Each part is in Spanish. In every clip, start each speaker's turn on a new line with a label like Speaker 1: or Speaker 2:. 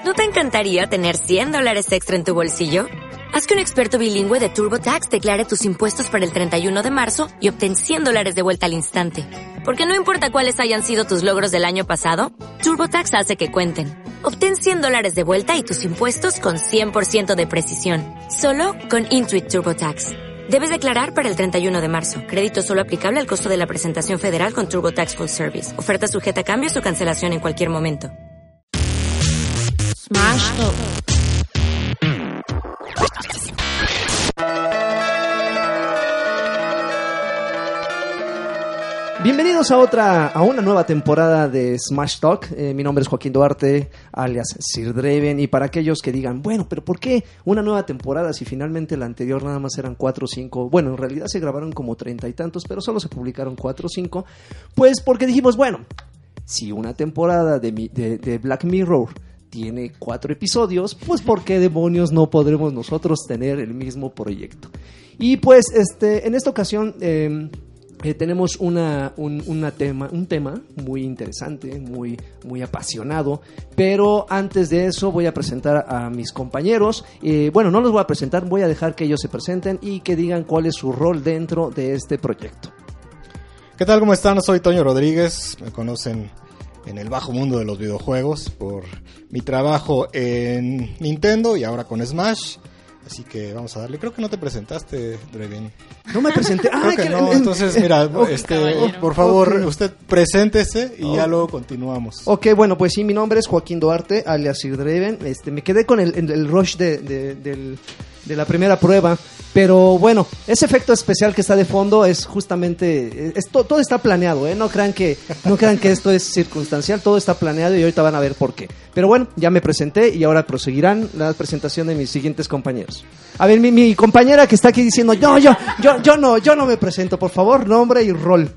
Speaker 1: ¿No te encantaría tener $100 extra en tu bolsillo? Haz que un experto bilingüe de TurboTax declare tus impuestos para el 31 de marzo y obtén $100 de vuelta al instante. Porque no importa cuáles hayan sido tus logros del año pasado, TurboTax hace que cuenten. Obtén $100 de vuelta y tus impuestos con 100% de precisión. Solo con Intuit TurboTax. Debes declarar para el 31 de marzo. Crédito solo aplicable al costo de la presentación federal con TurboTax Full Service. Oferta sujeta a cambios o cancelación en cualquier momento.
Speaker 2: Smash Talk.
Speaker 3: Bienvenidos a una nueva temporada de Smash Talk. Mi nombre es Joaquín Duarte, alias Sir Draven. Y para aquellos que digan, bueno, pero ¿por qué una nueva temporada si finalmente la anterior nada más eran 4 o 5? Bueno, en realidad se grabaron como 30 y tantos, pero solo se publicaron 4 o 5. Pues porque dijimos, bueno, si una temporada de Black Mirror tiene 4 episodios, pues ¿por qué demonios no podremos nosotros tener el mismo proyecto? Y pues en esta ocasión tenemos un tema muy interesante, muy apasionado, pero antes de eso voy a presentar a mis compañeros. Bueno, no los voy a presentar, voy a dejar que ellos se presenten y que digan cuál es su rol dentro de este proyecto.
Speaker 4: ¿Qué tal? ¿Cómo están? Soy Toño Rodríguez, me conocen en el bajo mundo de los videojuegos por mi trabajo en Nintendo y ahora con Smash. Así que vamos a darle. Creo que no te presentaste, Draven.
Speaker 3: No me presenté.
Speaker 4: Creo que no. Entonces, mira, por favor, usted preséntese y ya luego continuamos.
Speaker 3: Ok, bueno, pues sí, mi nombre es Joaquín Duarte, alias Sir Draven. Me quedé con el rush de la primera prueba. Pero bueno, ese efecto especial que está de fondo es justamente... todo está planeado, ¿eh? No crean que esto es circunstancial, todo está planeado y ahorita van a ver por qué. Pero bueno, ya me presenté y ahora proseguirán la presentación de mis siguientes compañeros. A ver, mi compañera que está aquí diciendo, yo no me presento, por favor, nombre y rol.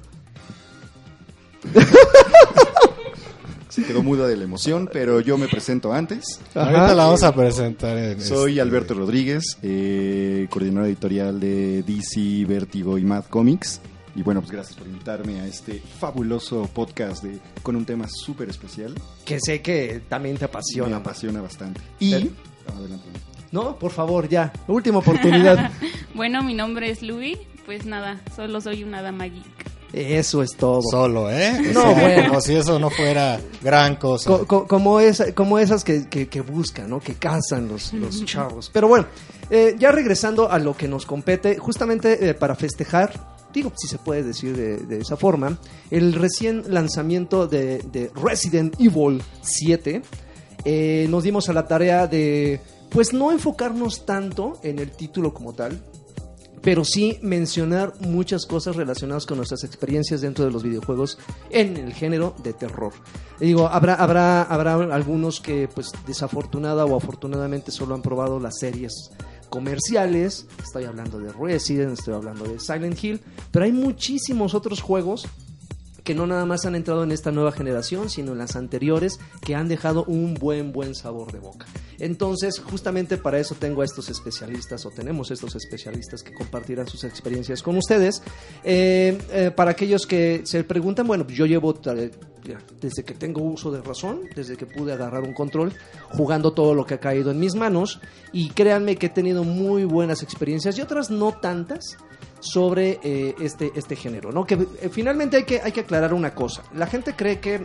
Speaker 5: Se quedó muda de la emoción, pero yo me presento antes.
Speaker 4: Ahorita la vamos a presentar.
Speaker 5: Soy Alberto Rodríguez, coordinador editorial de DC, Vértigo y Mad Comics. Y bueno, pues gracias por invitarme a este fabuloso podcast con un tema súper especial.
Speaker 3: Que sé que también te apasiona.
Speaker 5: Me apasiona bastante. Y... adelante.
Speaker 3: No, por favor, ya. Última oportunidad.
Speaker 6: Bueno, mi nombre es Luby. Pues nada, solo soy una dama geek.
Speaker 3: Eso es todo.
Speaker 4: Solo, ¿eh?
Speaker 3: No, bueno.
Speaker 4: Como si eso no fuera gran cosa.
Speaker 3: Como esas que buscan, ¿no? Que cazan los chavos. Pero bueno, ya regresando a lo que nos compete, justamente para festejar, digo, si se puede decir de esa forma, el recién lanzamiento de Resident Evil 7, nos dimos a la tarea de, pues, no enfocarnos tanto en el título como tal, pero sí mencionar muchas cosas relacionadas con nuestras experiencias dentro de los videojuegos en el género de terror. Digo, habrá algunos que, pues, desafortunada o afortunadamente solo han probado las series comerciales. Estoy hablando de Resident, estoy hablando de Silent Hill, pero hay muchísimos otros juegos que no nada más han entrado en esta nueva generación, sino en las anteriores, que han dejado un buen sabor de boca. Entonces, justamente para eso tengo a estos especialistas, o tenemos estos especialistas que compartirán sus experiencias con ustedes. Para aquellos que se preguntan, bueno, yo llevo desde que tengo uso de razón, desde que pude agarrar un control, jugando todo lo que ha caído en mis manos, y créanme que he tenido muy buenas experiencias y otras no tantas sobre este género, ¿no? Que finalmente hay que aclarar una cosa. La gente cree que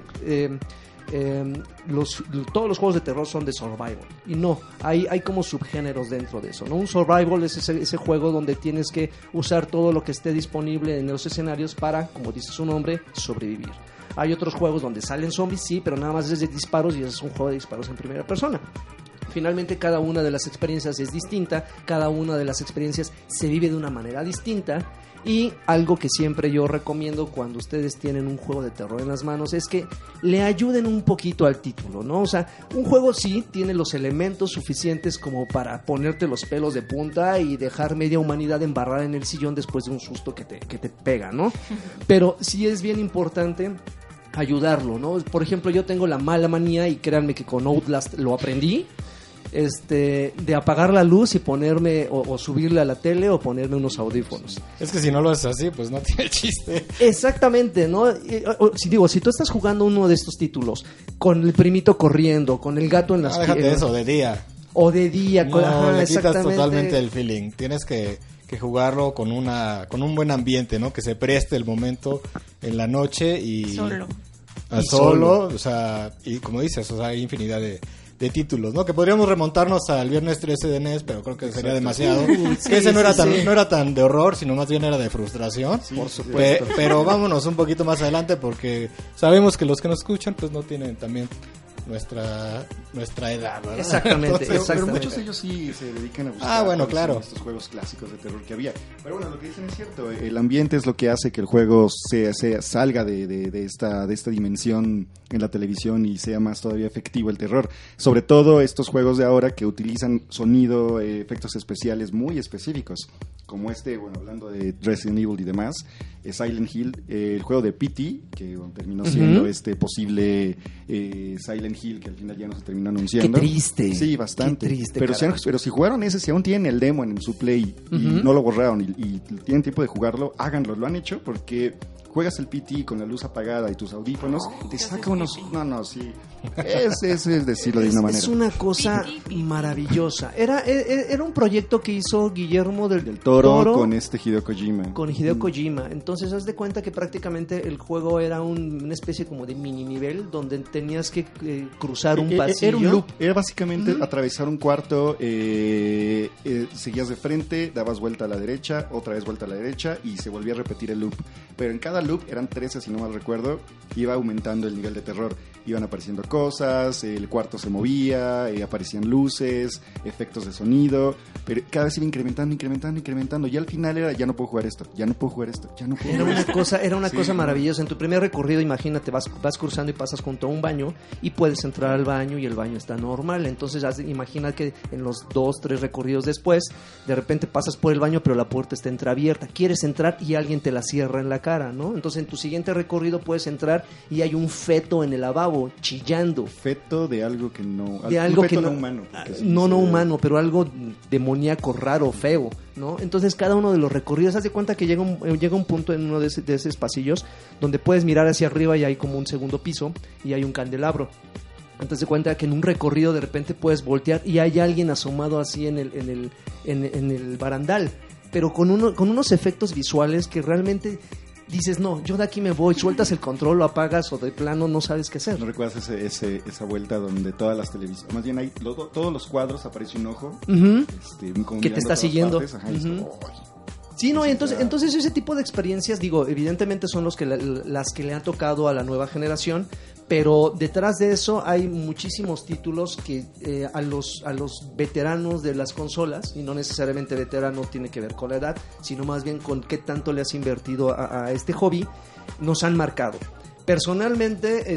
Speaker 3: todos los juegos de terror son de survival, y no, hay como subgéneros dentro de eso, ¿no? Un survival es ese juego donde tienes que usar todo lo que esté disponible en los escenarios para, como dice su nombre, sobrevivir. Hay otros juegos donde salen zombies, sí, pero nada más es de disparos, y es un juego de disparos en primera persona. Finalmente, cada una de las experiencias es distinta, cada una de las experiencias se vive de una manera distinta, y algo que siempre yo recomiendo cuando ustedes tienen un juego de terror en las manos es que le ayuden un poquito al título, ¿no? O sea, un juego sí tiene los elementos suficientes como para ponerte los pelos de punta y dejar media humanidad embarrada en el sillón después de un susto que te pega, ¿no? Pero sí es bien importante ayudarlo, ¿no? Por ejemplo, yo tengo la mala manía, y créanme que con Outlast lo aprendí, de apagar la luz y ponerme o subirle a la tele o ponerme unos audífonos.
Speaker 4: Es que si no lo haces así, pues no tiene chiste.
Speaker 3: Exactamente, ¿no? Si tú estás jugando uno de estos títulos con el primito corriendo, con el gato en las
Speaker 4: Déjate eso, de día.
Speaker 3: O de día,
Speaker 4: no, le quitas totalmente el feeling. Tienes que jugarlo con un buen ambiente, ¿no? Que se preste el momento en la noche y solo, o sea, y como dices, o sea, hay infinidad de títulos, ¿no? Que podríamos remontarnos al viernes 13 de NES, pero creo que sería demasiado.
Speaker 3: Sí,
Speaker 4: ese no era tan de horror, sino más bien era de frustración.
Speaker 3: Sí, por supuesto.
Speaker 4: Pero vámonos un poquito más adelante porque sabemos que los que nos escuchan pues no tienen también nuestra edad, ¿verdad?
Speaker 3: Exactamente,
Speaker 5: pero muchos de ellos sí se dedican a buscar
Speaker 4: claro,
Speaker 5: estos juegos clásicos de terror que había. Pero bueno, lo que dicen es cierto, el ambiente es lo que hace que el juego salga de esta dimensión en la televisión y sea más todavía efectivo el terror. Sobre todo estos juegos de ahora que utilizan sonido, efectos especiales muy específicos, como bueno, hablando de Resident Evil y demás, Silent Hill, el juego de PT, que terminó siendo posible Silent Hill, que al final ya no se terminó anunciando.
Speaker 3: Qué triste.
Speaker 5: Sí, bastante.
Speaker 3: Qué triste,
Speaker 5: pero si jugaron ese, si aún tienen el demo en su Play y no lo borraron y tienen tiempo de jugarlo, háganlo. Lo han hecho porque juegas el PT con la luz apagada y tus audífonos, te saca unos... No, sí. Es decirlo de una manera.
Speaker 3: Es una cosa maravillosa. Era un proyecto que hizo Guillermo del
Speaker 5: Toro con Hideo Kojima.
Speaker 3: Con Hideo Kojima. Entonces, haz de cuenta que prácticamente el juego era una especie como de mini nivel donde tenías que cruzar un pasillo.
Speaker 5: Era un loop. Era básicamente atravesar un cuarto, seguías de frente, dabas vuelta a la derecha, otra vez vuelta a la derecha y se volvía a repetir el loop. Pero en cada loop, eran 13 si no mal recuerdo, iba aumentando el nivel de terror. Iban apareciendo cosas, el cuarto se movía, aparecían luces, efectos de sonido, pero cada vez iba incrementando y al final era, ya no puedo jugar esto.
Speaker 3: Era una cosa maravillosa. En tu primer recorrido, imagínate, vas cruzando y pasas junto a un baño y puedes entrar al baño y el baño está normal. Entonces imagina que en los 2-3 recorridos después, de repente pasas por el baño pero la puerta está entreabierta, quieres entrar y alguien te la cierra en la cara, ¿no? Entonces en tu siguiente recorrido puedes entrar y hay un feto en el lavabo chillando.
Speaker 5: Feto de algo que no...
Speaker 3: De algo
Speaker 5: feto
Speaker 3: que
Speaker 5: no humano.
Speaker 3: No humano, pero algo demoníaco, raro, feo, ¿no? Entonces cada uno de los recorridos, haz de cuenta que llega un punto en uno de esos pasillos donde puedes mirar hacia arriba y hay como un segundo piso y hay un candelabro. Entonces te cuenta que en un recorrido de repente puedes voltear y hay alguien asomado así en el barandal, pero con unos efectos visuales que realmente dices, no, yo de aquí me voy, sueltas el control, lo apagas o de plano no sabes qué hacer.
Speaker 5: ¿No recuerdas esa vuelta donde todas las televisiones, más bien hay todos los cuadros aparece un ojo como
Speaker 3: que te está siguiendo? Sí, no, y
Speaker 5: Sí,
Speaker 3: entonces ese tipo de experiencias, digo, evidentemente son las que le han tocado a la nueva generación, pero detrás de eso hay muchísimos títulos que a los veteranos de las consolas, y no necesariamente veterano tiene que ver con la edad, sino más bien con qué tanto le has invertido a este hobby, nos han marcado. Personalmente,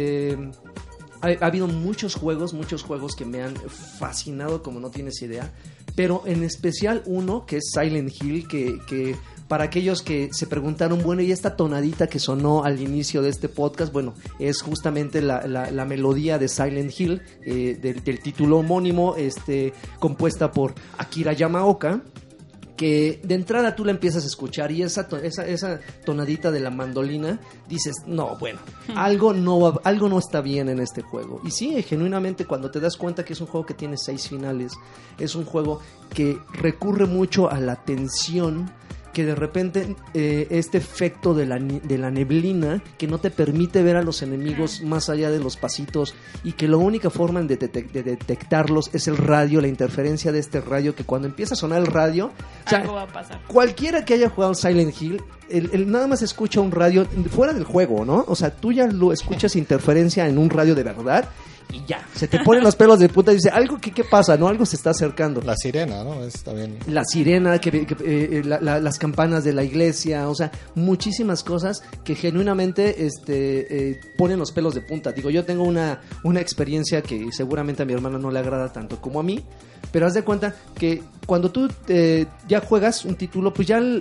Speaker 3: ha habido muchos juegos que me han fascinado como no tienes idea, pero en especial uno que es Silent Hill, que para aquellos que se preguntaron, bueno, y esta tonadita que sonó al inicio de este podcast, bueno, es justamente la melodía de Silent Hill, del título homónimo, compuesta por Akira Yamaoka, que de entrada tú la empiezas a escuchar y esa tonadita de la mandolina, dices, no, bueno, algo no está bien en este juego. Y sí, genuinamente cuando te das cuenta que es un juego que tiene 6 finales, es un juego que recurre mucho a la tensión, que de repente este efecto de la neblina que no te permite ver a los enemigos más allá de los pasitos y que la única forma de detectarlos es el radio, la interferencia de este radio, que cuando empieza a sonar el radio, o sea,
Speaker 6: algo va a pasar.
Speaker 3: Cualquiera que haya jugado Silent Hill, el nada más escucha un radio fuera del juego, ¿no? O sea, tú ya lo escuchas interferencia en un radio de verdad y ya, se te ponen los pelos de punta y dice, algo ¿qué pasa? ¿No? Algo se está acercando.
Speaker 4: La sirena, ¿no? Es también...
Speaker 3: La sirena, las campanas de la iglesia, o sea, muchísimas cosas que genuinamente ponen los pelos de punta. Digo, yo tengo una experiencia que seguramente a mi hermana no le agrada tanto como a mí, pero haz de cuenta que cuando tú ya juegas un título, pues ya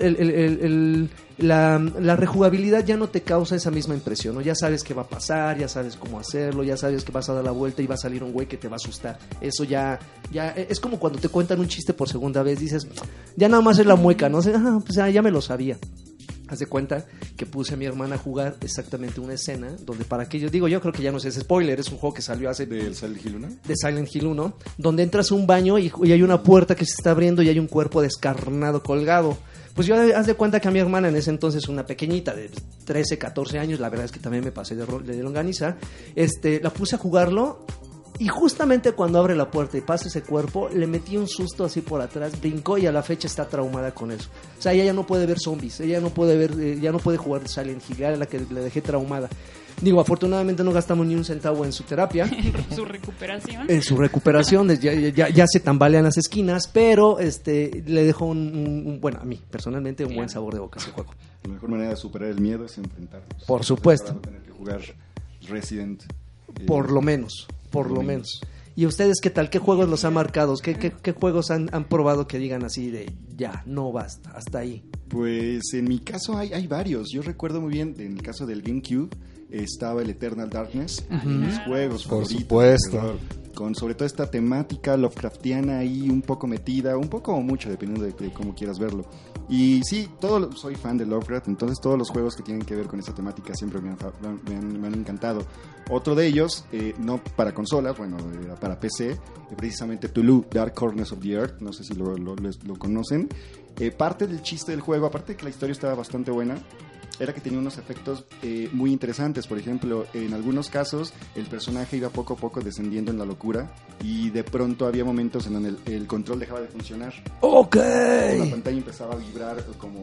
Speaker 3: la rejugabilidad ya no te causa esa misma impresión, ¿no? Ya sabes qué va a pasar, ya sabes cómo hacerlo, ya sabes que vas a dar la vuelta y va a salir un güey que te va a asustar. Eso ya es como cuando te cuentan un chiste por segunda vez, dices, ya nada más es la mueca, ¿no? Pues ya me lo sabía. Haz de cuenta que puse a mi hermana a jugar exactamente una escena donde, para que yo creo que ya no sé, es spoiler, es un juego que salió hace...
Speaker 5: ¿De Silent Hill 1?
Speaker 3: De Silent Hill 1, donde entras a un baño y hay una puerta que se está abriendo y hay un cuerpo descarnado colgado. Pues yo haz de cuenta que a mi hermana en ese entonces, una pequeñita de 13, 14 años, la verdad es que también me pasé de longaniza, la puse a jugarlo. Y justamente cuando abre la puerta y pasa ese cuerpo, le metí un susto así por atrás, brincó y a la fecha está traumada con eso. O sea, ella ya no puede ver zombies, ella no puede ver, ya no puede jugar Silent Hill, era la que le dejé traumada. Digo, afortunadamente no gastamos ni un centavo en su terapia.
Speaker 6: En su recuperación.
Speaker 3: En su recuperación, ya se tambalean las esquinas, pero le dejó bueno, a mí personalmente un buen sabor de boca ese juego.
Speaker 5: La mejor manera de superar el miedo es enfrentarnos.
Speaker 3: Por supuesto.
Speaker 5: Para no tener que jugar Resident.
Speaker 3: Por lo menos. ¿Y ustedes qué tal? ¿Qué juegos los han marcado? ¿Qué juegos han probado que digan así de ya, no basta, hasta ahí?
Speaker 5: Pues en mi caso hay varios. Yo recuerdo muy bien, en el caso del GameCube, estaba el Eternal Darkness, mis juegos
Speaker 4: por
Speaker 5: favoritos,
Speaker 4: supuesto,
Speaker 5: con sobre todo esta temática Lovecraftiana ahí un poco metida, un poco o mucho, dependiendo de cómo quieras verlo. Y sí, soy fan de Lovecraft, entonces todos los juegos que tienen que ver con esta temática siempre me han encantado. Otro de ellos, no para consolas, bueno, para PC, precisamente Toulouse, Dark Corners of the Earth, no sé si lo conocen. Parte del chiste del juego, aparte de que la historia estaba bastante buena, era que tenía unos efectos muy interesantes. Por ejemplo, en algunos casos el personaje iba poco a poco descendiendo en la locura y de pronto había momentos en donde el control dejaba de funcionar.
Speaker 3: ¡Ok!
Speaker 5: La pantalla empezaba a vibrar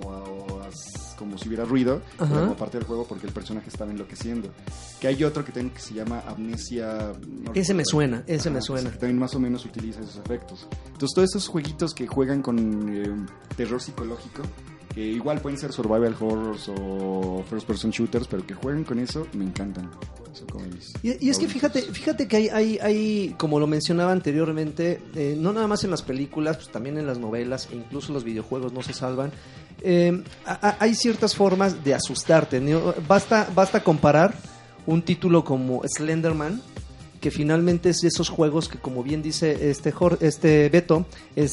Speaker 5: como si hubiera ruido, como parte del juego, porque el personaje estaba enloqueciendo. Que hay otro que se llama Amnesia...
Speaker 3: Ese me suena.
Speaker 5: Que también más o menos utiliza esos efectos. Entonces todos esos jueguitos que juegan con terror psicológico, que igual pueden ser survival horrors o first person shooters, pero que jueguen con eso, me encantan.
Speaker 3: Y es que fíjate que hay, como lo mencionaba anteriormente, no nada más en las películas, pues también en las novelas e incluso los videojuegos no se salvan. Hay ciertas formas de asustarte, ¿no? Basta comparar un título como Slenderman, que finalmente es de esos juegos que, como bien dice Beto,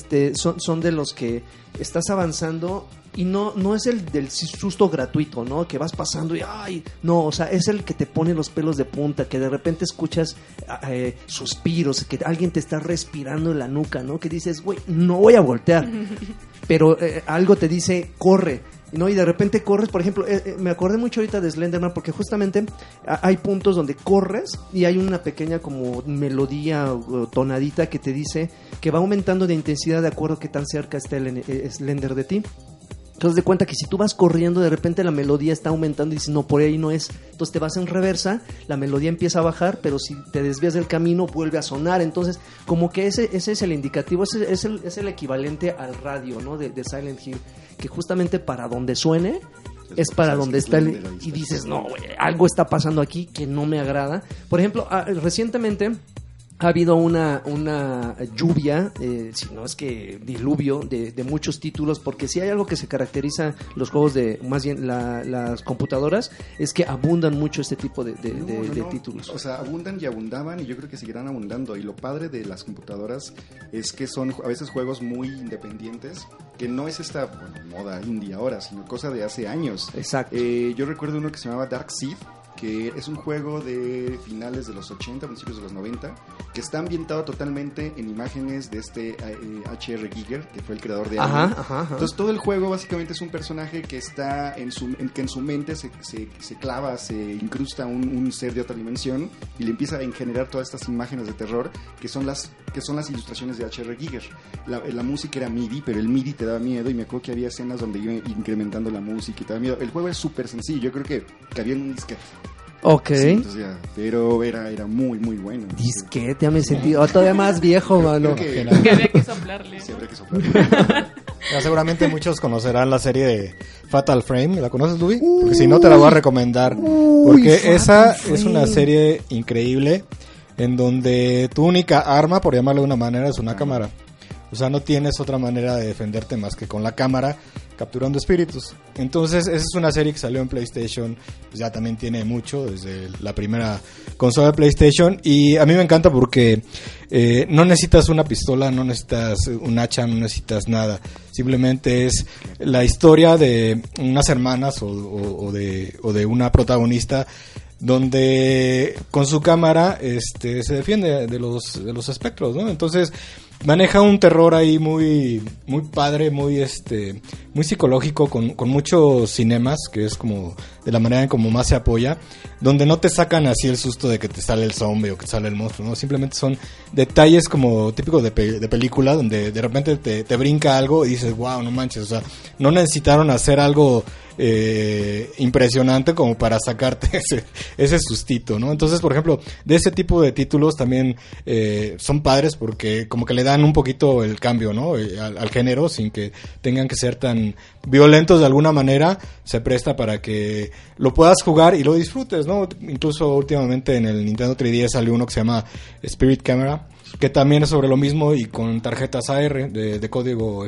Speaker 3: son de los que estás avanzando y no es el del susto gratuito, ¿no? Que vas pasando y ¡ay! No, o sea, es el que te pone los pelos de punta, que de repente escuchas suspiros, que alguien te está respirando en la nuca, ¿no? Que dices, güey, no voy a voltear. Pero algo te dice, corre, ¿no? Y de repente corres, por ejemplo, me acordé mucho ahorita de Slenderman porque justamente hay puntos donde corres y hay una pequeña como melodía o tonadita que te dice que va aumentando de intensidad de acuerdo a qué tan cerca está el Slender de ti. Entonces de cuenta que si tú vas corriendo, de repente la melodía está aumentando y dices, no, por ahí no es. Entonces te vas en reversa, la melodía empieza a bajar, pero si te desvías del camino vuelve a sonar. Entonces como que ese es el indicativo, es el equivalente al radio, ¿no? de Silent Hill, que justamente para donde suene es para donde está y dices, no, güey, algo está pasando aquí que no me agrada. Por ejemplo, recientemente ha habido una lluvia, si no es que diluvio, de muchos títulos, porque si hay algo que se caracteriza los juegos más bien las computadoras, es que abundan mucho este tipo de títulos.
Speaker 5: O sea, abundan y abundaban y yo creo que seguirán abundando. Y lo padre de las computadoras es que son a veces juegos muy independientes, que no es esta moda indie ahora, sino cosa de hace años.
Speaker 3: Exacto.
Speaker 5: Yo recuerdo uno que se llamaba Dark Seed, que es un juego de finales de los 80, principios de los 90, que está ambientado totalmente en imágenes de H.R. Giger, que fue el creador de Alien. Entonces todo el juego básicamente es un personaje que está que en su mente se clava, se incrusta un ser de otra dimensión y le empieza a generar todas estas imágenes de terror que son las ilustraciones de H.R. Giger. La música era MIDI, pero el MIDI te daba miedo y me acuerdo que había escenas donde iba incrementando la música y te daba miedo. El juego es súper sencillo, yo creo que cabía en un disquete.
Speaker 3: Ok.
Speaker 5: Sí, entonces pero era muy, muy bueno.
Speaker 3: Disquete, ya me sentí todavía más viejo, mano.
Speaker 6: Que había que soplarle.
Speaker 5: Sí, habría que soplarle.
Speaker 4: Ya seguramente muchos conocerán la serie de Fatal Frame. ¿La conoces, Luis? Porque si no, te la voy a recomendar. Porque esa es una serie increíble en donde tu única arma, por llamarlo de una manera, es una cámara. O sea, no tienes otra manera de defenderte más que con la cámara capturando espíritus. Entonces, esa es una serie que salió en PlayStation, pues ya también tiene mucho, desde la primera consola de PlayStation. Y a mí me encanta porque no necesitas una pistola, no necesitas un hacha, no necesitas nada. Simplemente es la historia de unas hermanas o de una protagonista donde con su cámara se defiende de los espectros, ¿no? Entonces maneja un terror ahí muy padre, muy psicológico, con muchos cinemas, que es como de la manera en como más se apoya, donde no te sacan así el susto de que te sale el zombie o que te sale el monstruo, ¿no? Simplemente son detalles como típicos de película, donde de repente te brinca algo y dices, wow, no manches, o sea, no necesitaron hacer algo impresionante como para sacarte ese sustito, ¿no? Entonces, por ejemplo, de ese tipo de títulos también son padres porque como que le dan un poquito el cambio, ¿no? Al género, sin que tengan que ser tan violentos de alguna manera, se presta para que lo puedas jugar y lo disfrutes, ¿no? Incluso últimamente en el Nintendo 3DS salió uno que se llama Spirit Camera, que también es sobre lo mismo y con tarjetas AR de código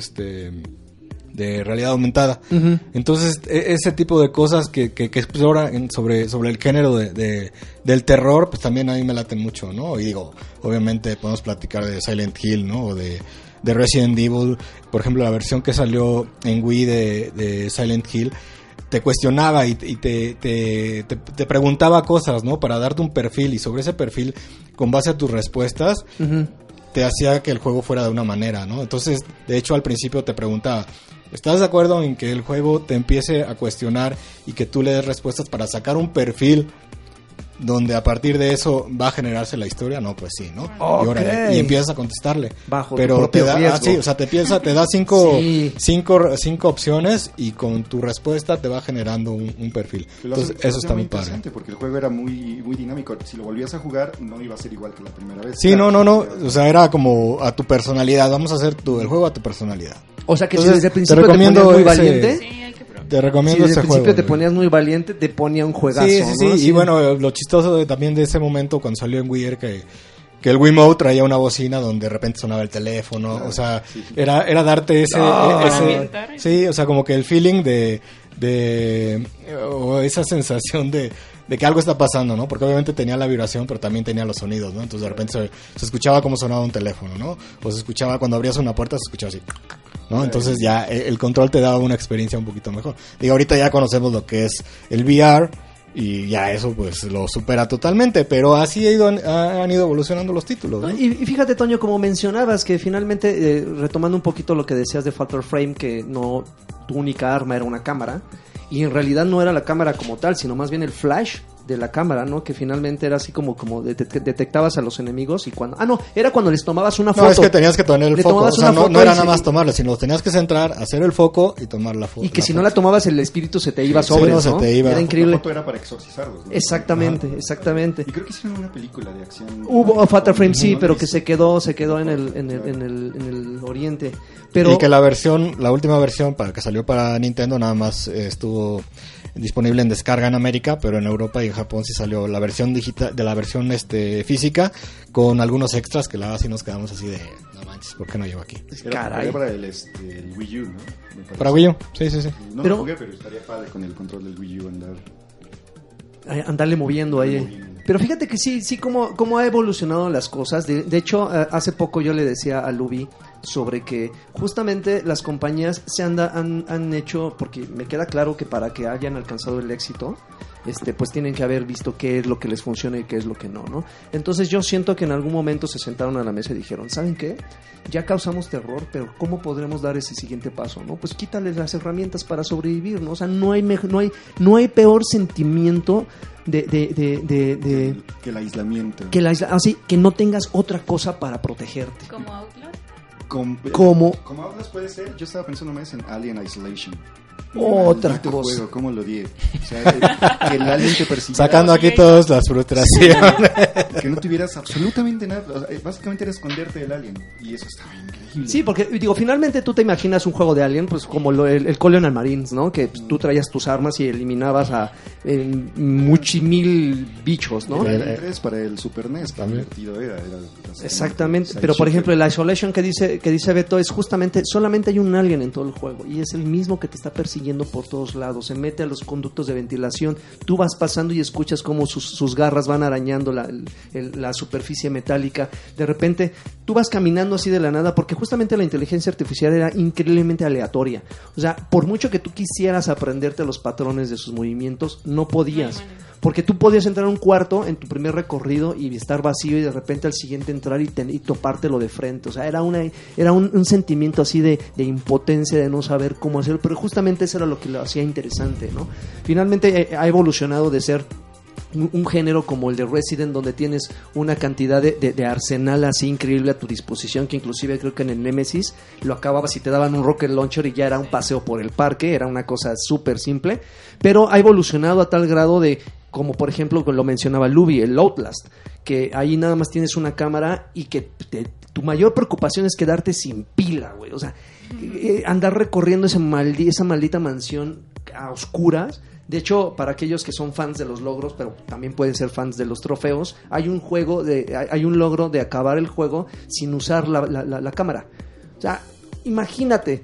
Speaker 4: de realidad aumentada. Uh-huh. Entonces, ese tipo de cosas que exploran sobre el género del terror, pues también a mí me laten mucho, ¿no? Y digo, obviamente podemos platicar de Silent Hill, ¿no? O de Resident Evil. Por ejemplo, la versión que salió en Wii de Silent Hill te cuestionaba y te preguntaba cosas, ¿no? Para darte un perfil, y sobre ese perfil, con base a tus respuestas, uh-huh, te hacía que el juego fuera de una manera, ¿no? Entonces, de hecho, al principio te preguntaba, ¿estás de acuerdo en que el juego te empiece a cuestionar y que tú le des respuestas para sacar un perfil donde a partir de eso va a generarse la historia? No, pues sí, ¿no? Okay. Y empiezas a contestarle.
Speaker 3: Bajo
Speaker 4: pero
Speaker 3: tu propio riesgo.
Speaker 4: Sí, o sea, te da cinco opciones y con tu respuesta te va generando un perfil. Entonces, eso está muy padre.
Speaker 5: Porque el juego era muy dinámico. Si lo volvías a jugar, no iba a ser igual que la primera vez.
Speaker 4: Sí, claro, no. O sea, era como a tu personalidad. Vamos a hacer el juego a tu personalidad.
Speaker 3: O sea, que entonces, si desde el principio te ponías muy valiente...
Speaker 6: Sí, hay que probar.
Speaker 4: Te recomiendo ese juego.
Speaker 3: Si desde el principio te ponías muy valiente, te ponía un juegazo,
Speaker 4: sí,
Speaker 3: ¿no?
Speaker 4: Y bueno, lo chistoso también de ese momento cuando salió en Wii era que el Wiimote traía una bocina donde de repente sonaba el teléfono, claro, o sea, era darte ese sí, o sea, como que el feeling o esa sensación de que algo está pasando, ¿no? Porque obviamente tenía la vibración, pero también tenía los sonidos, ¿no? Entonces de repente se escuchaba cómo sonaba un teléfono, ¿no? O se escuchaba cuando abrías una puerta, se escuchaba así, ¿no? Entonces ya el control te daba una experiencia un poquito mejor. Digo, ahorita ya conocemos lo que es el VR y ya eso pues lo supera totalmente, pero así han ido evolucionando los títulos, ¿no?
Speaker 3: Y fíjate, Toño, como mencionabas, que finalmente, retomando un poquito lo que decías de Fatal Frame, que no tu única arma era una cámara, y en realidad no era la cámara como tal, sino más bien el flash de la cámara, ¿no? Que finalmente era así como detectabas a los enemigos y cuando... Ah, no, era cuando les tomabas una foto.
Speaker 4: No, es que tenías que tener el foco, o sea, no era nada más tomarla, sino los tenías que centrar, hacer el foco y tomar la foto.
Speaker 3: Y que si no la tomabas, el espíritu se te iba sobre, ¿no?
Speaker 4: Se te iba.
Speaker 3: Era increíble.
Speaker 5: La foto era para exorcizarlos, ¿no?
Speaker 3: Exactamente.
Speaker 5: Y creo que hicieron una película de acción.
Speaker 3: Hubo Fatal Frame, sí, pero que se quedó en el oriente. Pero...
Speaker 4: Y que la última versión que salió para Nintendo nada más estuvo disponible en descarga en América, pero en Europa y en Japón sí salió la versión digital, de la versión física, con algunos extras que la verdad sí nos quedamos así de, no manches, ¿por qué no llevo aquí?
Speaker 5: Era para el Wii U, ¿no?
Speaker 4: Para Wii U, sí.
Speaker 5: No lo jugué, pero estaría padre con el control del Wii U
Speaker 3: andarle moviendo ahí. Pero fíjate que sí, como ha evolucionado las cosas. De hecho, hace poco yo le decía a Luby sobre que justamente las compañías han hecho, porque me queda claro que para que hayan alcanzado el éxito, pues tienen que haber visto qué es lo que les funciona y qué es lo que no. Entonces yo siento que en algún momento se sentaron a la mesa y dijeron, ¿saben qué? Ya causamos terror, pero ¿cómo podremos dar ese siguiente paso, no? Pues quítales las herramientas para sobrevivir, ¿no? O sea, no hay peor sentimiento que
Speaker 5: el aislamiento.
Speaker 3: Que no tengas otra cosa para protegerte.
Speaker 6: ¿Como Outlast?
Speaker 5: Como Outlast puede ser. Yo estaba pensando más en Alien Isolation.
Speaker 3: Otra
Speaker 5: Maldito
Speaker 3: cosa.
Speaker 5: juego, ¿cómo lo odié? O sea, que el alien te persiguiera.
Speaker 4: Sacando aquí todas las frustraciones.
Speaker 5: Que no tuvieras absolutamente nada. O sea, básicamente era esconderte del alien. Y eso estaba increíble.
Speaker 3: Sí, porque digo, finalmente tú te imaginas un juego de Alien, pues como el Colonial Marines, ¿no? Que pues, tú traías tus armas y eliminabas a muchimil bichos, ¿no?
Speaker 5: El Alien 3 para el Super NES
Speaker 4: También.
Speaker 5: divertido era.
Speaker 3: Exactamente,
Speaker 5: Side
Speaker 3: pero por
Speaker 5: shooter.
Speaker 3: ejemplo el Isolation que dice Beto es justamente, solamente hay un alien en todo el juego y es el mismo que te está persiguiendo por todos lados, se mete a los conductos de ventilación, tú vas pasando y escuchas cómo sus garras van arañando la superficie metálica, de repente tú vas caminando así de la nada porque justamente la inteligencia artificial era increíblemente aleatoria, o sea, por mucho que tú quisieras aprenderte los patrones de sus movimientos, no podías. Porque tú podías entrar a un cuarto en tu primer recorrido y estar vacío y de repente al siguiente entrar y topártelo de frente. O sea, era un sentimiento así de impotencia, de no saber cómo hacerlo. Pero justamente eso era lo que lo hacía interesante, ¿no? Finalmente ha evolucionado de ser un género como el de Resident, donde tienes una cantidad de arsenal así increíble a tu disposición, que inclusive creo que en el Nemesis lo acababas y te daban un rocket launcher y ya era un paseo por el parque, era una cosa súper simple, pero ha evolucionado a tal grado de, como por ejemplo lo mencionaba Luby, el Outlast, que ahí nada más tienes una cámara y que tu mayor preocupación es quedarte sin pila, güey, o sea, andar recorriendo esa maldita mansión a oscuras. De hecho, para aquellos que son fans de los logros, pero también pueden ser fans de los trofeos, hay un logro de acabar el juego sin usar la cámara. O sea, imagínate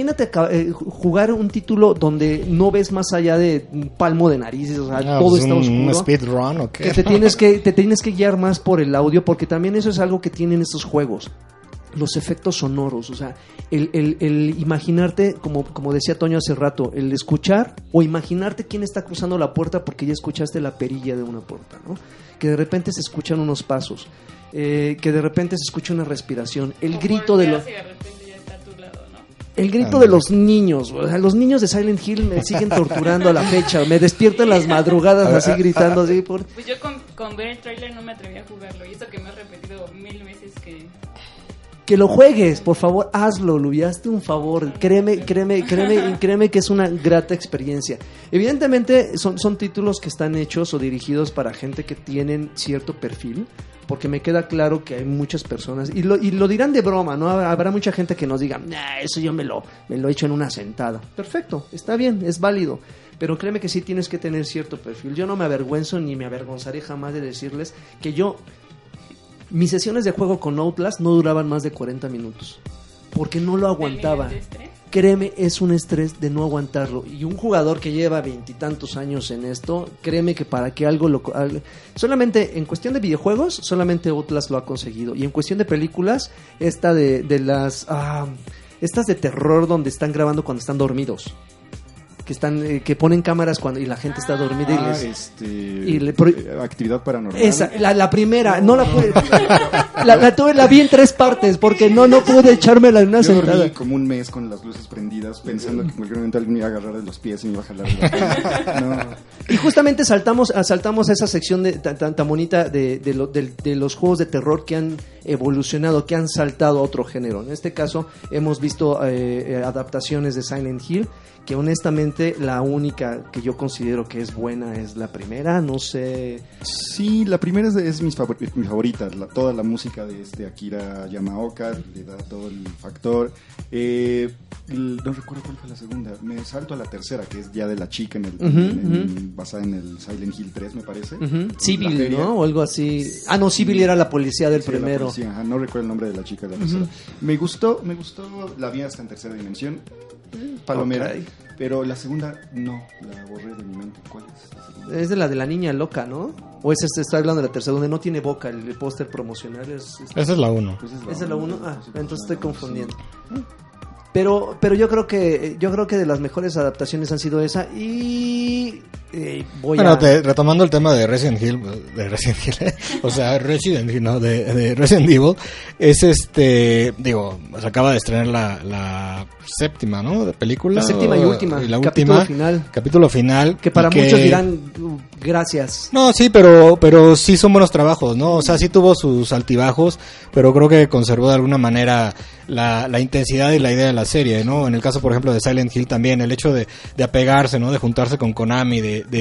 Speaker 3: jugar un título donde no ves más allá de un palmo de narices, o sea, todo está oscuro.
Speaker 4: ¿Un speedrun o qué?
Speaker 3: Que te tienes que guiar más por el audio, porque también eso es algo que tienen estos juegos. Los efectos sonoros, o sea, el imaginarte, como decía Toño hace rato, el escuchar o imaginarte quién está cruzando la puerta porque ya escuchaste la perilla de una puerta, ¿no? Que de repente se escuchan unos pasos, que de repente se escucha una respiración, el grito de los... El grito de los niños, o sea, los niños de Silent Hill me siguen torturando a la fecha, me despierto en las madrugadas así gritando así por...
Speaker 6: Pues yo con ver el tráiler no me atreví a jugarlo, y eso que me he repetido 1000 veces
Speaker 3: que lo juegues, por favor, hazlo, Luby, hazte un favor, créeme que es una grata experiencia. Evidentemente son títulos que están hechos o dirigidos para gente que tienen cierto perfil, porque me queda claro que hay muchas personas, y lo dirán de broma, ¿no? Habrá mucha gente que nos diga, eso yo me lo he hecho en una sentada. Perfecto, está bien, es válido, pero créeme que sí tienes que tener cierto perfil. Yo no me avergüenzo ni me avergonzaré jamás de decirles que mis sesiones de juego con Outlast no duraban más de 40 minutos, porque no lo aguantaba. Créeme, es un estrés de no aguantarlo. Y un jugador que lleva 20 y tantos años en esto, créeme que para que solamente en cuestión de videojuegos, solamente Outlast lo ha conseguido. Y en cuestión de películas, estas de terror donde están grabando cuando están dormidos. Que ponen cámaras y la gente está dormida
Speaker 5: Actividad Paranormal.
Speaker 3: Esa, la primera, no la pude, la vi en 3 partes porque no pude echármela en una sentada.
Speaker 5: Yo dormí como un mes con las luces prendidas, pensando que en cualquier momento alguien me iba a agarrar de los pies y me iba a jalar de los pies. No.
Speaker 3: Y justamente saltamos a esa sección tan bonita de los juegos de terror que han evolucionado, que han saltado a otro género. En este caso hemos visto adaptaciones de Silent Hill, que honestamente la única que yo considero que es buena es la primera, no sé.
Speaker 5: Sí, la primera es mi favorita, toda la música de Akira Yamaoka le da todo el factor. No recuerdo cuál fue la segunda, me salto a la tercera, que es ya de la chica basada en el Silent Hill 3, me parece.
Speaker 3: Civil, ¿no? O algo así. No, Civil era la policía del primero.
Speaker 5: La policía, no recuerdo el nombre de la chica de la tercera. Me gustó, la vi hasta en tercera dimensión. Palomera, okay. Pero la segunda no, la borré de mi mente. ¿Cuál es la segunda?
Speaker 3: Es de la niña loca, ¿no? O está hablando de la tercera, donde no tiene boca, el póster promocional esa
Speaker 4: es la 1.
Speaker 3: ¿Esa es la 1? Entonces estoy confundiendo. Sí. Pero yo creo que de las mejores adaptaciones han sido esa, y
Speaker 4: retomando el tema de Resident Evil, o sea, Resident Evil, no, de Resident Evil, es se acaba de estrenar la séptima, ¿no? De película.
Speaker 3: La séptima y última.
Speaker 4: Capítulo final.
Speaker 3: Que para muchos dirán, gracias.
Speaker 4: No, sí, pero sí son buenos trabajos, ¿no? O sea, sí tuvo sus altibajos, pero creo que conservó de alguna manera la intensidad y la idea de la serie, ¿no? En el caso, por ejemplo, de Silent Hill también, el hecho de apegarse, ¿no? De juntarse con Konami,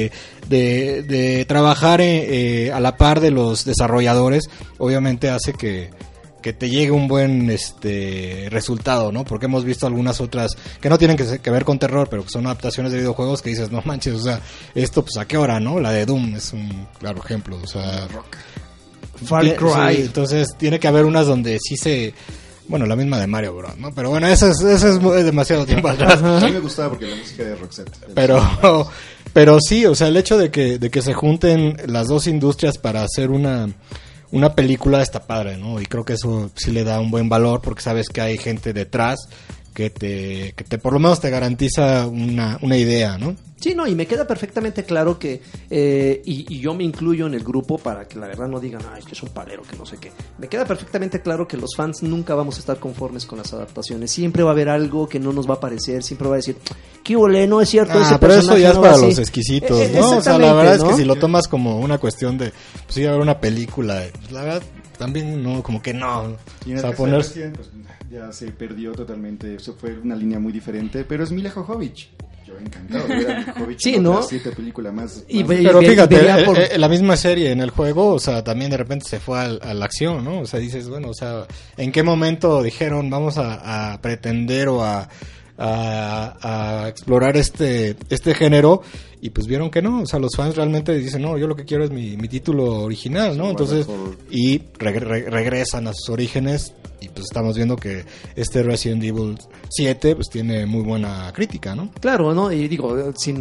Speaker 4: de trabajar a la par de los desarrolladores, obviamente hace que te llegue un buen resultado, ¿no? Porque hemos visto algunas otras que no tienen que ver con terror, pero que son adaptaciones de videojuegos que dices, no manches, o sea, esto pues a qué hora, ¿no? La de Doom es un claro ejemplo, o sea,
Speaker 3: Far Cry.
Speaker 4: Sí, entonces tiene que haber unas donde sí bueno, la misma de Mario Bros, ¿no? Pero bueno, eso es demasiado tiempo atrás.
Speaker 5: A mí me gustaba porque la música de Roxette.
Speaker 4: Pero sí, o sea, el hecho de que se junten las dos industrias para hacer una película está padre, ¿no? Y creo que eso sí le da un buen valor porque sabes que hay gente detrás que te por lo menos te garantiza una idea, ¿no?
Speaker 3: Sí, no, y me queda perfectamente claro que, y yo me incluyo en el grupo para que la verdad no digan, ay, que es un palero, que no sé qué. Me queda perfectamente claro que los fans nunca vamos a estar conformes con las adaptaciones. Siempre va a haber algo que no nos va a parecer, siempre va a decir, qué ole, no es cierto, ese
Speaker 4: pero
Speaker 3: personaje
Speaker 4: eso ya es
Speaker 3: no
Speaker 4: para
Speaker 3: va
Speaker 4: los
Speaker 3: así.
Speaker 4: exquisitos, ¿no? O sea, la verdad es que si lo tomas como una cuestión de, pues sí, a ver una película, pues, la verdad, también no, como que no.
Speaker 5: Y en el caso de Resident, pues, ya se perdió totalmente, eso fue una línea muy diferente, pero es Mila Jovovich. Yo encantado de ver a Mila Jovovich.
Speaker 3: Sí, ¿no?
Speaker 5: 7 películas más.
Speaker 4: Pero fíjate, la misma serie en el juego, o sea, también de repente se fue a la acción, ¿no? O sea, dices, bueno, o sea, ¿en qué momento dijeron vamos a pretender o a explorar este género? Y pues vieron que no, o sea, los fans realmente dicen, no, yo lo que quiero es mi título original, ¿no? Entonces, y regresan a sus orígenes, y pues estamos viendo que Resident Evil 7 pues tiene muy buena crítica, ¿no?
Speaker 3: Claro, ¿no? Y digo,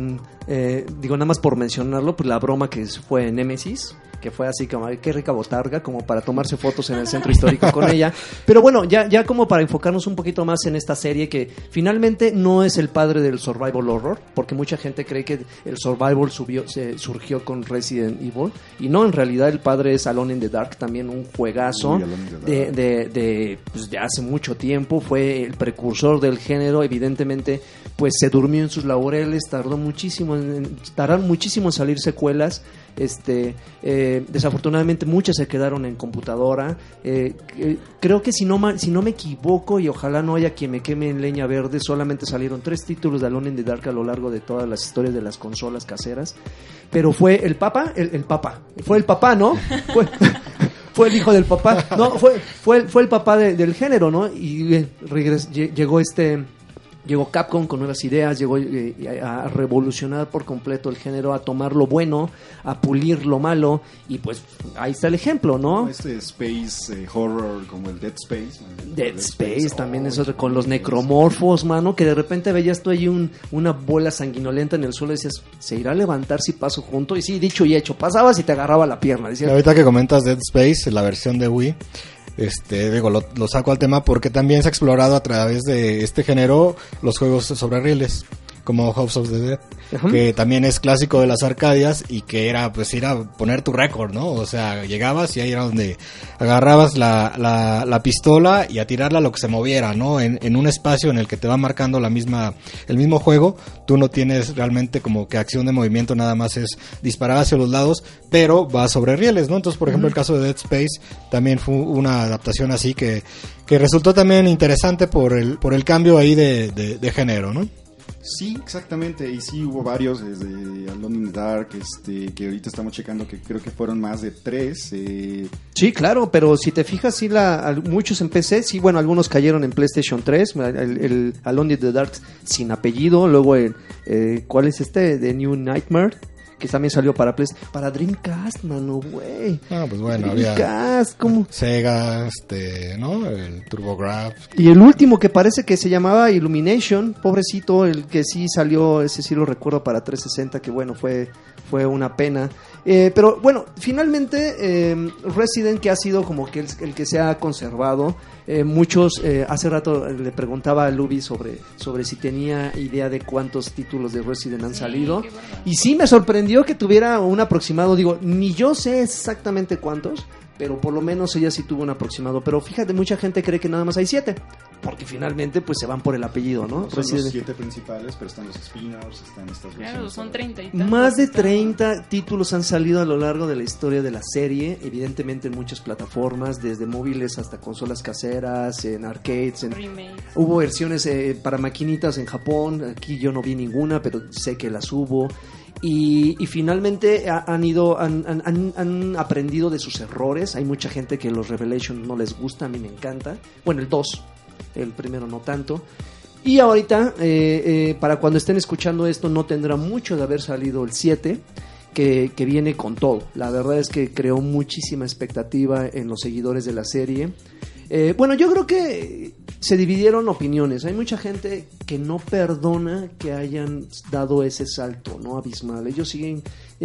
Speaker 3: nada más por mencionarlo, pues la broma que fue en Nemesis, que fue así como, qué rica botarga, como para tomarse fotos en el centro histórico con ella. Pero bueno, ya como para enfocarnos un poquito más en esta serie que finalmente no es el padre del survival horror, porque mucha gente cree que el survival surgió con Resident Evil, y no, en realidad el padre es Alone in the Dark, también un juegazo de hace mucho tiempo, fue el precursor del género, evidentemente pues se durmió en sus laureles, tardaron muchísimo en salir secuelas. Desafortunadamente muchas se quedaron en computadora. Creo que si no me equivoco, y ojalá no haya quien me queme en leña verde, solamente salieron 3 títulos de Alone in the Dark a lo largo de todas las historias de las consolas caseras. Pero fue el Papa, fue el papá, ¿no? Fue el hijo del papá, no, fue el papá del género, ¿no? Y llegó Capcom con nuevas ideas, llegó a revolucionar por completo el género, a tomar lo bueno, a pulir lo malo, y pues ahí está el ejemplo, ¿no?
Speaker 5: Space horror como el Dead Space.
Speaker 3: Dead Space también es otro, con los necromorfos, mano, que de repente veías tú ahí una bola sanguinolenta en el suelo y decías, ¿se irá a levantar si paso junto? Y sí, dicho y hecho, pasabas y te agarraba la pierna. Decías,
Speaker 4: ahorita que comentas Dead Space, la versión de Wii, lo saco al tema porque también se ha explorado a través de este género los juegos sobre rieles, como House of the Dead, que también es clásico de las Arcadias y que era pues ir a poner tu récord, ¿no? O sea, llegabas y ahí era donde agarrabas la pistola y a tirarla a lo que se moviera, ¿no? En un espacio en el que te va marcando el mismo juego, tú no tienes realmente como que acción de movimiento, nada más es disparar hacia los lados, pero va sobre rieles, ¿no? Entonces, por ejemplo, el caso de Dead Space también fue una adaptación así que resultó también interesante por el cambio ahí de género, ¿no?
Speaker 5: Sí, exactamente, y sí hubo varios, desde Alone in the Dark, que ahorita estamos checando que creo que fueron más de 3.
Speaker 3: Sí, claro, pero si te fijas, sí, muchos en PC, sí, bueno, algunos cayeron en PlayStation 3, el Alone in the Dark sin apellido, luego ¿cuál es The New Nightmare? que también salió para para Dreamcast, mano, güey.
Speaker 4: Ah, pues bueno,
Speaker 3: Dreamcast, ¿cómo?
Speaker 4: Sega, ¿no? El TurboGrafx.
Speaker 3: Y el último que parece que se llamaba Illumination, pobrecito, el que sí salió, ese sí lo recuerdo para 360, que bueno, fue una pena. Pero bueno, finalmente Resident, que ha sido como que el que se ha conservado. Muchos, hace rato le preguntaba a Luby sobre si tenía idea de cuántos títulos de Resident han salido. Y sí me sorprendió que tuviera un aproximado. Digo, ni yo sé exactamente cuántos, pero por lo menos ella sí tuvo un aproximado. Pero fíjate, mucha gente cree que nada más hay 7, porque finalmente pues se van por el apellido, ¿no?
Speaker 5: Son los 7 principales, pero están los spin-offs, están estas
Speaker 6: Claro, son 30 y tantos.
Speaker 3: Más de 30 títulos han salido a lo largo de la historia de la serie, evidentemente en muchas plataformas, desde móviles hasta consolas caseras, en arcades, hubo versiones para maquinitas en Japón. Aquí yo no vi ninguna, pero sé que las hubo. Y finalmente han aprendido de sus errores. Hay mucha gente que los Revelations no les gusta, a mí me encanta. Bueno, el 2, el primero no tanto. Y ahorita, para cuando estén escuchando esto, no tendrá mucho de haber salido el 7, que viene con todo. La verdad es que creó muchísima expectativa en los seguidores de la serie. Bueno, yo creo que se dividieron opiniones. Hay mucha gente que no perdona que hayan dado ese salto, ¿no? Abismal. Ellos siguen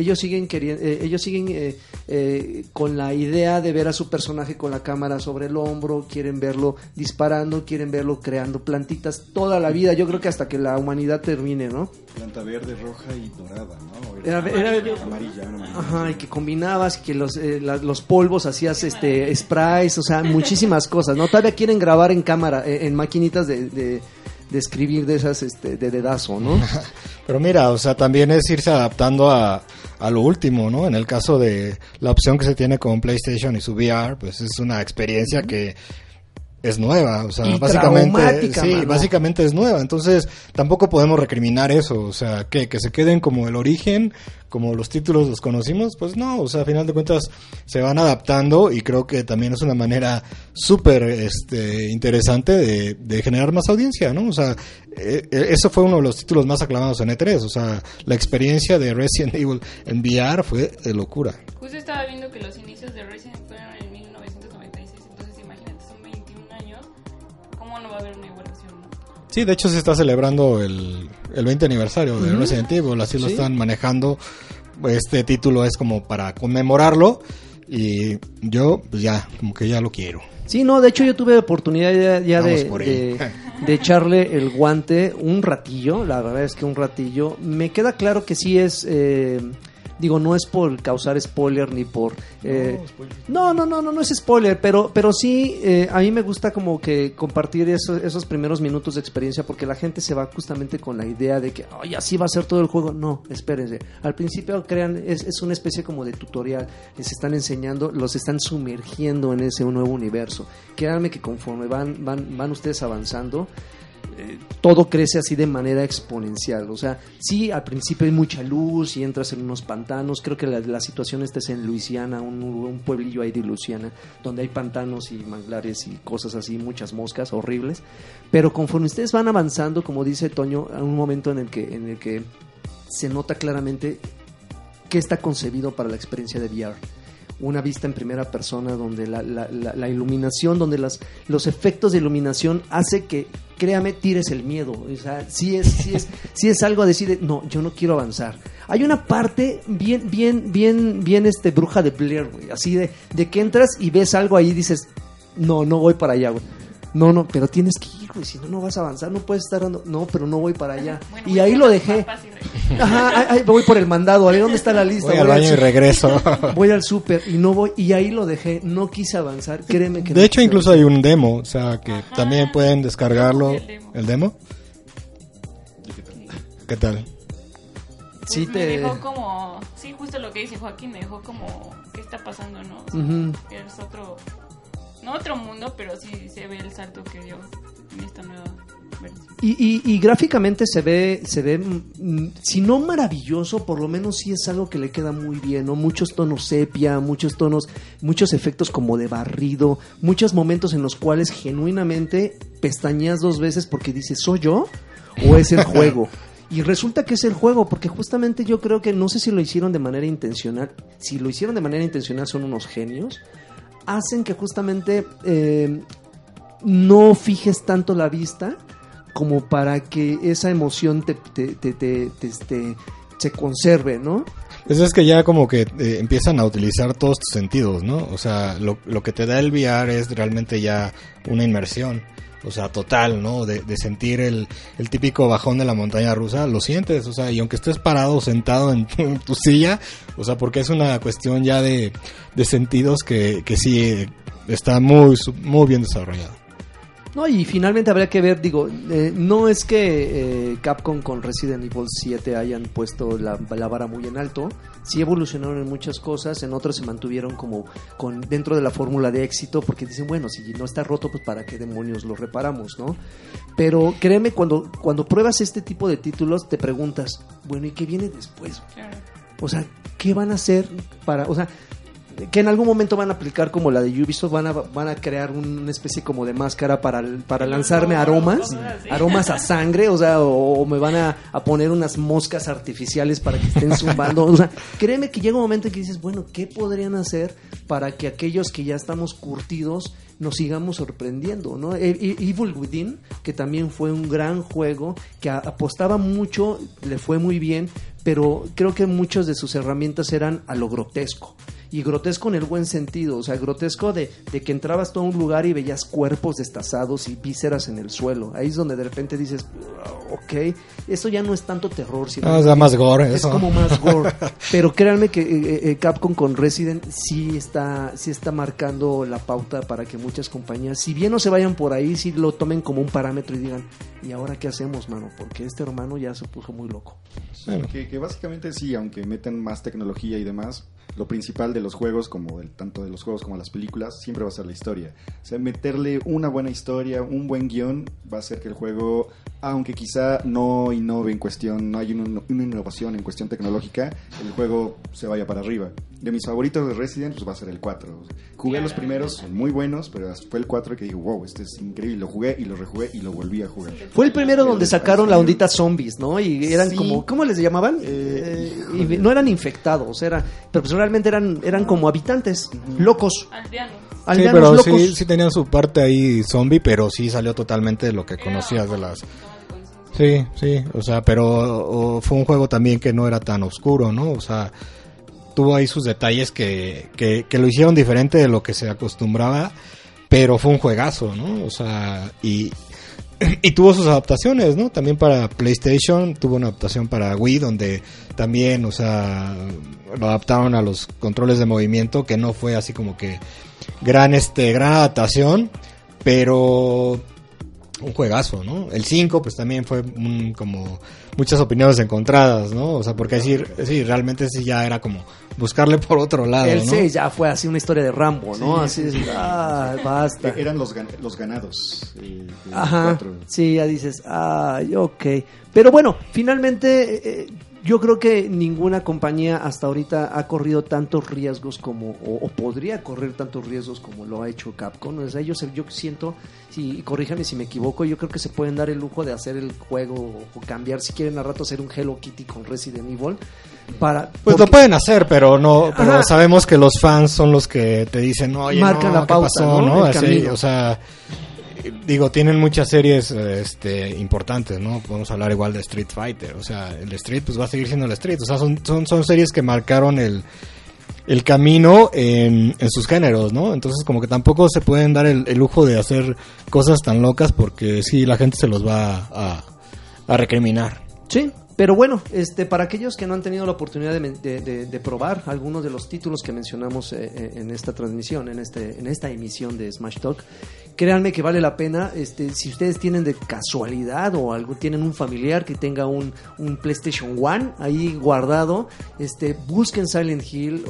Speaker 3: con la idea de ver a su personaje con la cámara sobre el hombro, quieren verlo disparando, quieren verlo creando plantitas toda la vida. Yo creo que hasta que la humanidad termine, ¿no?
Speaker 5: Planta verde, roja y dorada, ¿no?
Speaker 3: Era
Speaker 5: amarilla.
Speaker 3: Ajá, y que combinabas, que los polvos hacías sprays, o sea, muchísimas cosas, ¿no? Todavía quieren grabar en cámara, en maquinitas de escribir de esas de dedazo, ¿no?
Speaker 4: Pero mira, o sea, también es irse adaptando a lo último, ¿no? En el caso de la opción que se tiene con PlayStation y su VR, pues es una experiencia que es nueva, o sea,
Speaker 3: y
Speaker 4: básicamente sí,
Speaker 3: mano.
Speaker 4: Básicamente es nueva, entonces tampoco podemos recriminar eso, o sea, que se queden como el origen, como los títulos los conocimos, pues no, o sea, a final de cuentas se van adaptando y creo que también es una manera súper interesante de generar más audiencia, ¿no? O sea, eso fue uno de los títulos más aclamados en E3, o sea, la experiencia de Resident Evil en VR fue de locura.
Speaker 6: Justo estaba viendo que los inicios de Resident fueron en 1996, entonces imagínate, son 21 años, ¿cómo no va a haber una evolución, no?
Speaker 4: Sí, de hecho se está celebrando el 20 aniversario de Resident Evil, así lo están manejando. Este título es como para conmemorarlo y yo pues ya, como que ya lo quiero.
Speaker 3: Sí, no, de hecho yo tuve oportunidad ya de echarle el guante un ratillo, la verdad es que un ratillo. Me queda claro que sí es... Digo, no es por causar spoiler ni por... No es spoiler, pero sí, a mí me gusta como que compartir esos primeros minutos de experiencia, porque la gente se va justamente con la idea de que, ay, así va a ser todo el juego. No, espérense. Al principio crean, es una especie como de tutorial. Les están enseñando, los están sumergiendo en ese nuevo universo. Créanme que conforme van ustedes avanzando, todo crece así de manera exponencial. O sea, sí, al principio hay mucha luz y entras en unos pantanos. Creo que la situación esta es en Luisiana, un pueblillo ahí de Luisiana, donde hay pantanos y manglares y cosas así, muchas moscas horribles. Pero conforme ustedes van avanzando, como dice Toño, a un momento en el que se nota claramente que está concebido para la experiencia de VR. Una vista en primera persona donde la iluminación, donde los efectos de iluminación hace que, créame, tires el miedo. O sea, sí es algo a decir, no, yo no quiero avanzar. Hay una parte bien bruja de Blair, güey, así de que entras y ves algo ahí y dices, no voy para allá, güey. No, pero tienes que ir, güey, si no vas a avanzar, no puedes estar dando... No, pero no voy para allá. Bueno, y ahí lo dejé. Ajá, voy por el mandado, a ver dónde está la lista.
Speaker 4: Voy al baño y regreso.
Speaker 3: Voy al súper y no voy, y ahí lo dejé, no quise avanzar, créeme que...
Speaker 4: De hecho, incluso hay un demo, o sea, que también pueden descargarlo. ¿El demo? ¿Qué tal?
Speaker 6: Pues sí, me dejó como... Sí, justo lo que dice Joaquín, me dejó como... ¿Qué está pasando, no? O sea, es otro... No otro mundo, pero sí se ve el salto que dio en esta nueva versión. Y
Speaker 3: gráficamente se ve, si no maravilloso, por lo menos sí es algo que le queda muy bien, ¿no? Muchos tonos sepia, muchos efectos como de barrido, muchos momentos en los cuales genuinamente pestañeas 2 veces porque dices, ¿soy yo o es el juego? Y resulta que es el juego, porque justamente yo creo que no sé si lo hicieron de manera intencional. Si lo hicieron de manera intencional son unos genios. Hacen que justamente no fijes tanto la vista como para que esa emoción se conserve, ¿no?
Speaker 4: Pues es que ya como que empiezan a utilizar todos tus sentidos, ¿no? O sea, lo que te da el VR es realmente ya una inmersión. O sea, total, ¿no? De sentir el típico bajón de la montaña rusa, lo sientes, o sea, y aunque estés parado o sentado en tu silla, o sea, porque es una cuestión ya de sentidos que sí está muy bien desarrollado.
Speaker 3: No, y finalmente habría que ver, digo, no es que Capcom con Resident Evil 7 hayan puesto la vara muy en alto, sí evolucionaron en muchas cosas, en otras se mantuvieron como dentro de la fórmula de éxito, porque dicen, bueno, si no está roto, pues para qué demonios lo reparamos, ¿no? Pero créeme, cuando pruebas este tipo de títulos, te preguntas, bueno, ¿y qué viene después? O sea, ¿qué van a hacer para...? O sea, que en algún momento van a aplicar como la de Ubisoft, van a crear una especie como de máscara para lanzarme aromas a sangre, o sea, o me van a poner unas moscas artificiales para que estén zumbando, o sea, créeme que llega un momento en que dices, bueno, ¿qué podrían hacer para que aquellos que ya estamos curtidos nos sigamos sorprendiendo, ¿no? Evil Within, que también fue un gran juego, que apostaba mucho, le fue muy bien, pero creo que muchas de sus herramientas eran a lo grotesco. Y grotesco en el buen sentido, o sea, grotesco de que entrabas tú a un lugar y veías cuerpos destazados y vísceras en el suelo. Ahí es donde de repente dices, ok, eso ya no es tanto terror, sino
Speaker 4: es más gore.
Speaker 3: Es
Speaker 4: eso.
Speaker 3: Como más gore. Pero créanme que Capcom con Resident sí está marcando la pauta para que muchas compañías, si bien no se vayan por ahí, sí lo tomen como un parámetro y digan, ¿y ahora qué hacemos, mano? Porque este hermano ya se puso muy loco.
Speaker 5: Bueno. Que básicamente sí, aunque meten más tecnología y demás, lo principal de los juegos, tanto de los juegos como las películas, siempre va a ser la historia. O sea, meterle una buena historia, un buen guión, va a hacer que el juego, aunque quizá no innove en cuestión, no hay una innovación en cuestión tecnológica, el juego se vaya para arriba. De mis favoritos de Resident, pues va a ser el 4. Jugué los primeros, son muy buenos, pero fue el 4 que dije, wow, este es increíble. Lo jugué y lo rejugué y lo volví a jugar.
Speaker 3: Fue el primero donde sacaron la ondita zombies, ¿no? Y eran como, ¿cómo les llamaban? Y no eran infectados, pero pues realmente eran como habitantes, locos.
Speaker 6: Aldeanos,
Speaker 4: pero
Speaker 3: locos.
Speaker 4: sí tenían su parte ahí zombie, pero sí salió totalmente de lo que conocías de las... Sí, o sea, pero fue un juego también que no era tan oscuro, ¿no? O sea, tuvo ahí sus detalles que lo hicieron diferente de lo que se acostumbraba, pero fue un juegazo, ¿no? O sea, y tuvo sus adaptaciones, ¿no? También para PlayStation, tuvo una adaptación para Wii, donde también, o sea, lo adaptaron a los controles de movimiento, que no fue así como que gran adaptación, pero un juegazo, ¿no? El 5 pues también fue como muchas opiniones encontradas, ¿no? O sea, porque sí, realmente sí ya era como buscarle por otro lado,
Speaker 3: el
Speaker 4: ¿no?
Speaker 3: 6 ya fue así una historia de Rambo, ¿no? Así es, basta.
Speaker 5: Eran los ganados.
Speaker 3: Ajá, 4. Sí, ya dices, ok. Pero bueno, finalmente... yo creo que ninguna compañía hasta ahorita ha corrido tantos riesgos como, o podría correr tantos riesgos como lo ha hecho Capcom. O sea, yo siento, y corríjame si me equivoco, yo creo que se pueden dar el lujo de hacer el juego o cambiar, si quieren a rato hacer un Hello Kitty con Resident Evil.
Speaker 4: Pues lo pueden hacer, pero sabemos que los fans son los que te dicen, oye,
Speaker 3: marcan la pauta,
Speaker 4: ¿qué pasó? ¿no?
Speaker 3: Así,
Speaker 4: o sea... Digo, tienen muchas series importantes, ¿no? Podemos hablar igual de Street Fighter. O sea, el Street pues va a seguir siendo el Street. O sea, son series que marcaron el camino en sus géneros, ¿no? Entonces como que tampoco se pueden dar el lujo de hacer cosas tan locas, porque sí, la gente se los va a recriminar.
Speaker 3: Sí. Pero bueno, para aquellos que no han tenido la oportunidad de probar algunos de los títulos que mencionamos en esta transmisión, en esta emisión de Smash Talk, créanme que vale la pena. Si ustedes tienen de casualidad o tienen un familiar que tenga un PlayStation 1 ahí guardado, busquen Silent Hill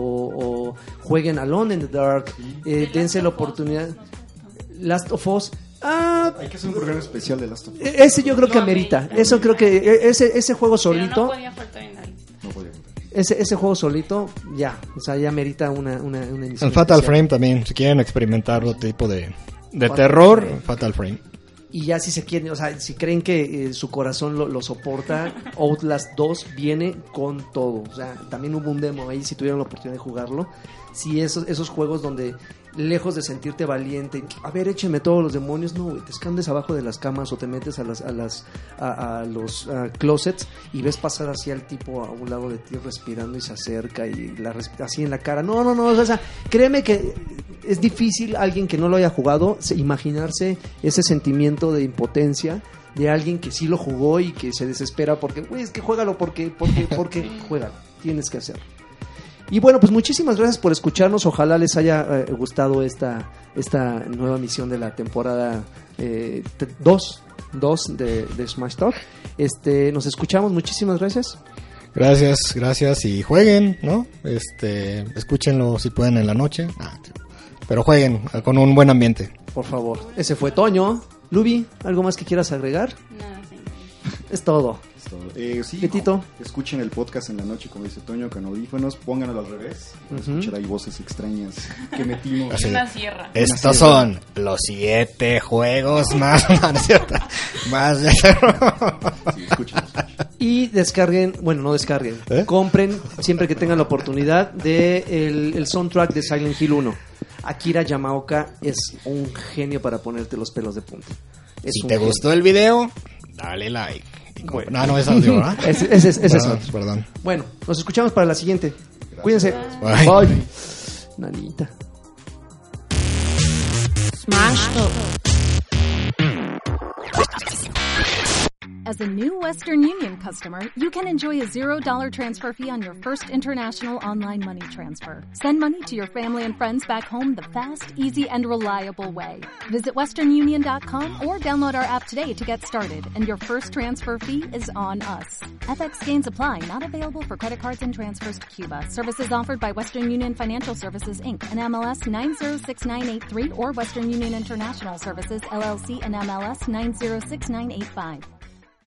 Speaker 3: o jueguen Alone in the Dark, dense la oportunidad. Last of Us.
Speaker 5: Hay que hacer un programa especial de Last of Us.
Speaker 3: Ese yo creo que amerita. Eso creo que ese juego solito.
Speaker 6: Pero no podía faltar en la lista.
Speaker 5: No podía faltar.
Speaker 3: Ese juego solito, ya, o sea, ya merita una emisión.
Speaker 4: El Fatal Frame también, si quieren experimentar otro tipo de terror, Fatal Frame.
Speaker 3: Y ya si se quieren, o sea, si creen que su corazón lo soporta, Outlast 2 viene con todo. O sea, también hubo un demo ahí, si tuvieron la oportunidad de jugarlo. Sí, esos juegos donde, lejos de sentirte valiente, a ver, échenme todos los demonios, no, güey, te escondes abajo de las camas o te metes a los closets y ves pasar así al tipo a un lado de ti respirando y se acerca y así en la cara. No, o sea, créeme que es difícil alguien que no lo haya jugado imaginarse ese sentimiento de impotencia de alguien que sí lo jugó y que se desespera porque, güey, es que juégalo porque juégalo, tienes que hacerlo. Y bueno, pues muchísimas gracias por escucharnos. Ojalá les haya gustado esta nueva misión de la temporada 2 de Smash Talk. Nos escuchamos, muchísimas gracias.
Speaker 4: Gracias y jueguen, ¿no? Escúchenlo si pueden en la noche. Pero jueguen con un buen ambiente.
Speaker 3: Por favor. Ese fue Toño. Lubi, ¿algo más que quieras agregar?
Speaker 6: Nada, sí.
Speaker 3: Es todo.
Speaker 5: Sí,
Speaker 3: Petito.
Speaker 5: Escuchen el podcast en la noche, como dice Toño, con audífonos, pónganlo al revés, escuchar ahí voces extrañas que metimos.
Speaker 6: Así, una sierra.
Speaker 4: Estos son los 7 juegos más... No, no es cierto. Más de...
Speaker 5: Sí, escúchenlos.
Speaker 3: Y descarguen, bueno, no descarguen, compren siempre que tengan la oportunidad de el soundtrack de Silent Hill 1. Akira Yamaoka es un genio para ponerte los pelos de punta.
Speaker 4: Si te gustó el video, dale like. Bueno. No es audio, ¿verdad?
Speaker 3: Ese es otro.
Speaker 4: Perdón.
Speaker 3: Bueno, nos escuchamos para la siguiente. Gracias. Cuídense.
Speaker 4: Bye.
Speaker 3: Nanita.
Speaker 2: Smash Talk. As a new Western Union customer, you can enjoy a $0 transfer fee on your first international online money transfer. Send money to your family and friends back home the fast, easy, and reliable way. Visit westernunion.com or download our app today to get started, and your first transfer fee is on us. FX gains apply, not available for credit cards and transfers to Cuba. Services offered by Western Union Financial Services, Inc., and MLS 906983, or Western Union International Services, LLC, and MLS 906985.